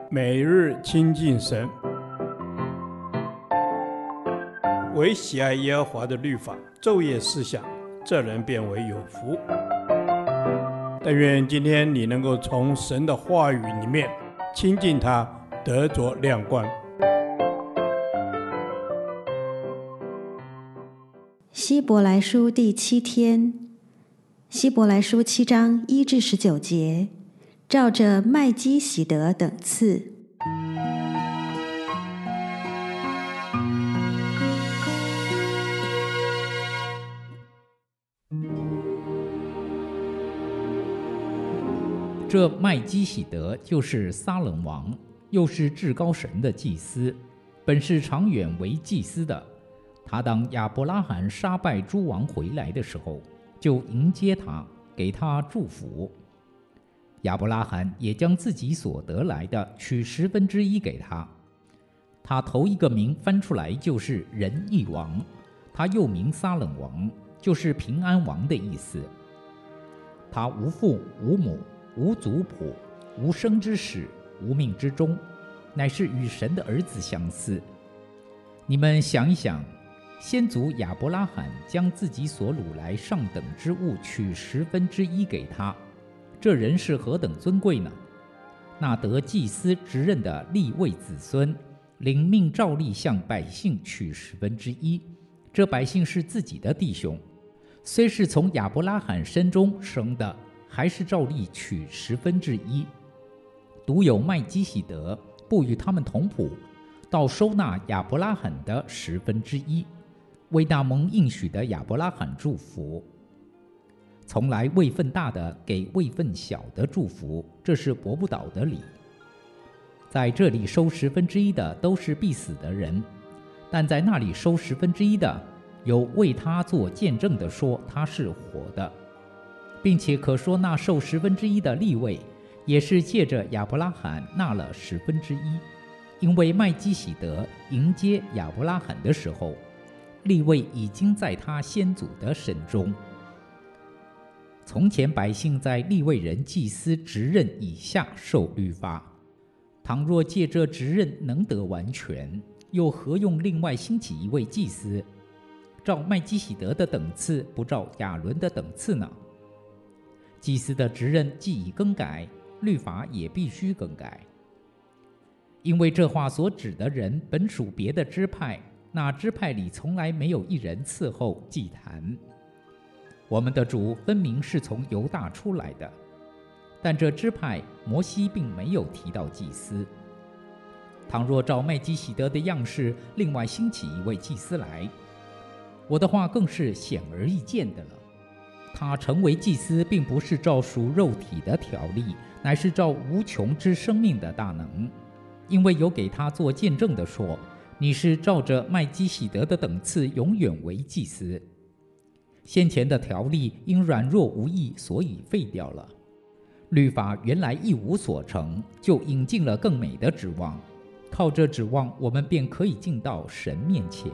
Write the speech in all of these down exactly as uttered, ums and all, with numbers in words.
每日亲近神，唯喜爱耶和华的律法，昼夜思想，这人变为有福。但愿今天你能够从神的话语里面亲近他，得着亮光。 希伯来书第七天，希伯来书七章一至十九节，照着麦基洗德等次。 这麦基洗德就是撒冷王，又是至高神的祭司，本是长远为祭司的。他当亚伯拉罕杀败诸王回来的时候，就迎接他，给他祝福。亚伯拉罕也将自己所得来的取十分之一给他。他头一个名翻出来就是仁义王，他又名撒冷王，就是平安王的意思。他无父无母，无族谱，无生之始，无命之终，乃是与神的儿子相似。你们想一想，先祖亚伯拉罕将自己所掳来上等之物取十分之一给他，这人是何等尊贵呢？那得祭司职任的利未子孙，领命照例向百姓取十分之一，这百姓是自己的弟兄，虽是从亚伯拉罕身中生的，还是照例取十分之一。独有麦基洗德不与他们同谱，倒收纳亚伯拉罕的十分之一，为那蒙应许的亚伯拉罕祝福。从来位分大的给位分小的祝福，这是驳不倒的理。在这里收十分之一的都是必死的人，但在那里收十分之一的，有为他做见证的说他是活的，并且可说那受十分之一的利未，也是借着亚伯拉罕纳了十分之一，因为麦基洗德迎接亚伯拉罕的时候，利未已经在他先祖的身中。从前百姓在利未人祭司职任以下受律法，倘若借这职任能得完全，又何用另外兴起一位祭司，照麦基洗德的等次，不照亚伦的等次呢？祭司的职任既已更改，律法也必须更改。因为这话所指的人本属别的支派，那支派里从来没有一人伺候祭坛。我们的主分明是从犹大出来的，但这支派摩西并没有提到祭司。倘若照麦基洗德的样式另外兴起一位祭司来，我的话更是显而易见的了。他成为祭司并不是照属肉体的条例，乃是照无穷之生命的大能，因为有给他做见证的说，你是照着麦基洗德的等次永远为祭司。先前的条例因软弱无益，所以废掉了。律法原来一无所成，就引进了更美的指望，靠这指望，我们便可以进到神面前。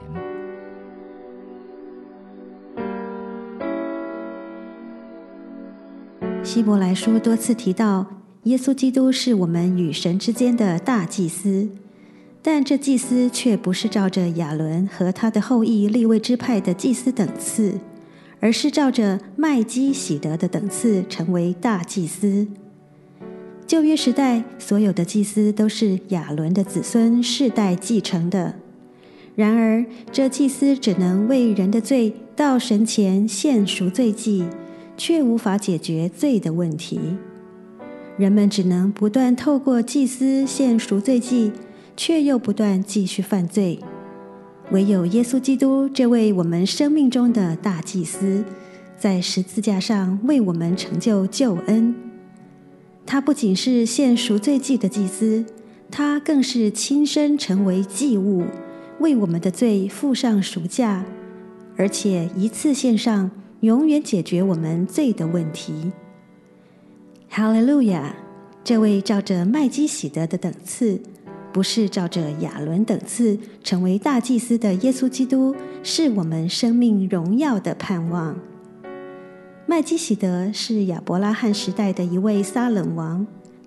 希伯来书多次提到耶稣基督是我们与神之间的大祭司，但这祭司却不是照着亚伦和他的后裔利未支派的祭司等次，而是照着麦基洗德的等次成为大祭司。旧约时代所有的祭司都是亚伦的子孙世代继承的，然而这祭司只能为人的罪到神前献赎罪祭，却无法解决罪的问题。人们只能不断透过祭司献赎罪祭，却又不断继续犯罪。唯有耶稣基督这位我们生命中的大祭司，在十字架上为我们成就救恩。他不仅是献赎罪祭的祭司，他更是亲身成为祭物，为我们的罪付上赎价，而且一次献上，永远解决我们罪的问题。哈利路亚！这位照着麦基洗德的等次，不是照着亚伦等次成为大祭司的耶稣基督，是我们生命荣耀的盼望。麦基洗德是亚伯拉罕时代的一位撒冷王，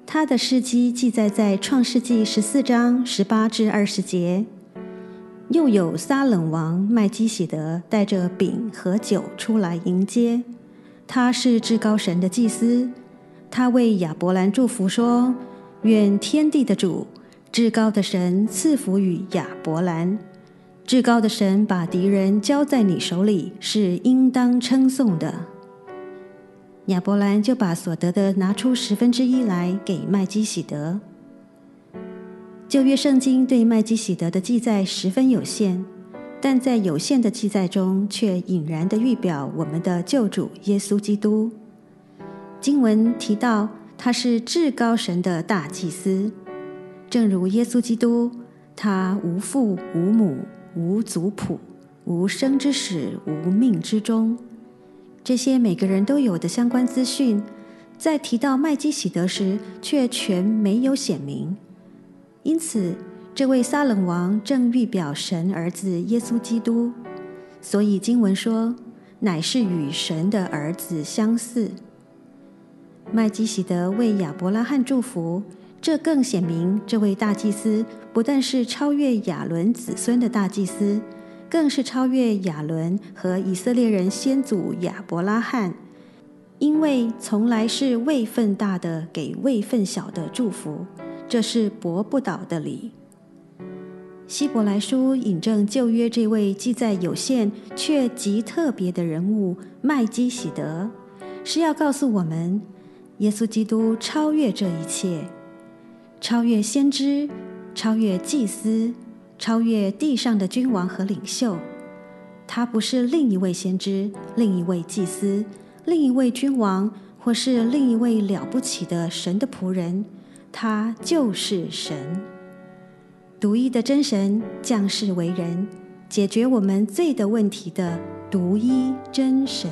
他的事迹记载在创世纪十四章十八至二十节。又有撒冷王麦基洗德带着饼和酒出来迎接，他是至高神的祭司。他为亚伯兰祝福说：愿天地的主，至高的神赐福与亚伯兰。至高的神把敌人交在你手里，是应当称颂的。亚伯兰就把所得的拿出十分之一来给麦基洗德。旧约圣经对麦基洗德的记载十分有限，但在有限的记载中，却隐然地预表我们的救主耶稣基督。经文提到他是至高神的大祭司，正如耶稣基督，他无父无母无族谱，无生之始无命之终，这些每个人都有的相关资讯，在提到麦基洗德时却全没有显明。因此这位撒冷王正预表神儿子耶稣基督，所以经文说乃是与神的儿子相似。麦基洗德为亚伯拉罕祝福，这更显明这位大祭司不但是超越亚伦子孙的大祭司，更是超越亚伦和以色列人先祖亚伯拉罕，因为从来是位分大的给位分小的祝福，这是驳不倒的理。希伯来书引证旧约这位记载有限却极特别的人物麦基洗德，是要告诉我们，耶稣基督超越这一切，超越先知，超越祭司，超越地上的君王和领袖。他不是另一位先知，另一位祭司，另一位君王，或是另一位了不起的神的仆人，他就是神。独一的真神降世为人，解决我们罪的问题的独一真神。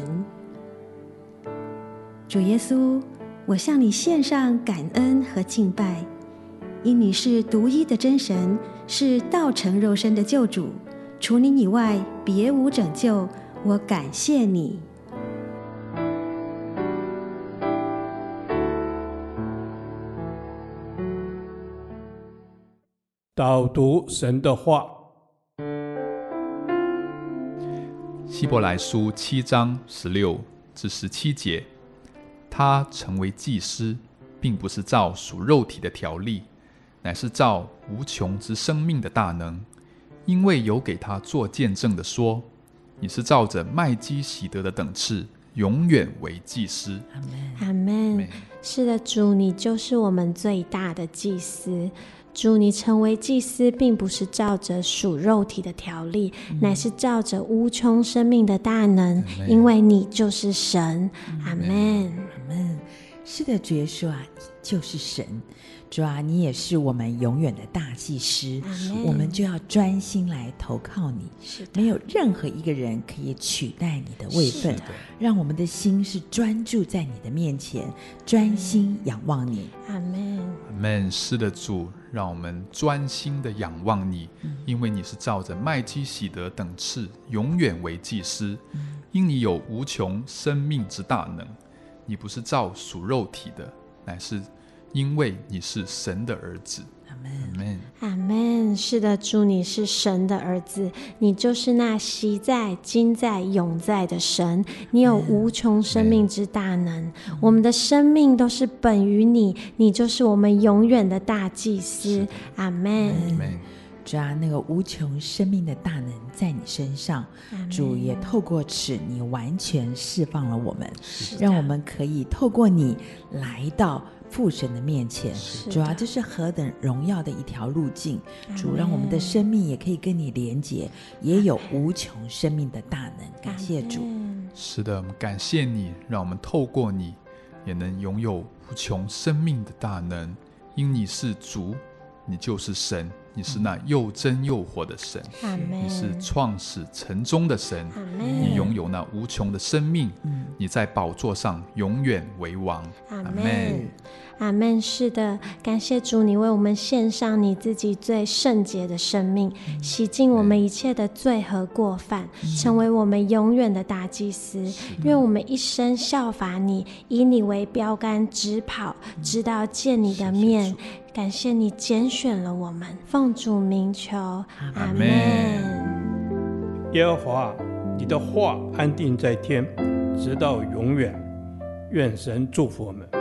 主耶稣，我向你献上感恩和敬拜，因你是独一的真神，是道成肉身的救主，除你以外别无拯救，我感谢你。 导读神的话。 希伯来书七章十六至十七节，他成为祭司，并不是照属肉体的条例，乃是照无穷之生命的大能，因为有给他做见证的说，你是照着麦基洗德的等次，永远为祭司。 阿们。是的，主，你就是我们最大的祭司。主，你成为祭司并不是照着属肉体的条例，嗯、乃是照着无穷生命的大能，因为你就是神。阿们。 阿们。是的，主耶稣啊，你就是神。主啊，你也是我们永远的大祭司，我们就要专心来投靠你，没有任何一个人可以取代你的位分，让我们的心是专注在你的面前，专心仰望你。 阿们。 阿们。是的，主，让我们专心的仰望你，嗯、因为你是照着麦基洗德等次，永远为祭司，嗯、因你有无穷生命之大能，你不是照属肉体的，乃是因为你是神的儿子。 阿们。 阿们。是的，主，你是神的儿子，你就是那昔在今在永在的神，你有无穷生命之大能，我们的生命都是本于你，你就是我们永远的大祭司。阿们。 主啊，那个无穷生命的大能在你身上，主也透过此，你完全释放了我们，让我们可以透过你来到父神的面前。主啊，这是何等荣耀的一条路径，主，让我们的生命也可以跟你连结，也有无穷生命的大能。感谢主。 是的，我们感谢你，让我们透过你也能拥有无穷生命的大能，因你是主，你就是神，你是那又真又活的神，你是创始成终的神，你拥有那无穷的生命，你在宝座上永远为王。 阿们。 阿们。是的，感谢主，你为我们献上你自己最圣洁的生命，洗净我们一切的罪和过犯，成为我们永远的大祭司。愿我们一生效法你，以你为标杆直跑，直到见你的面。感谢你拣选了我们，奉主名求，阿们。 耶和华，你的话安定在天，直到永远。愿神祝福我们。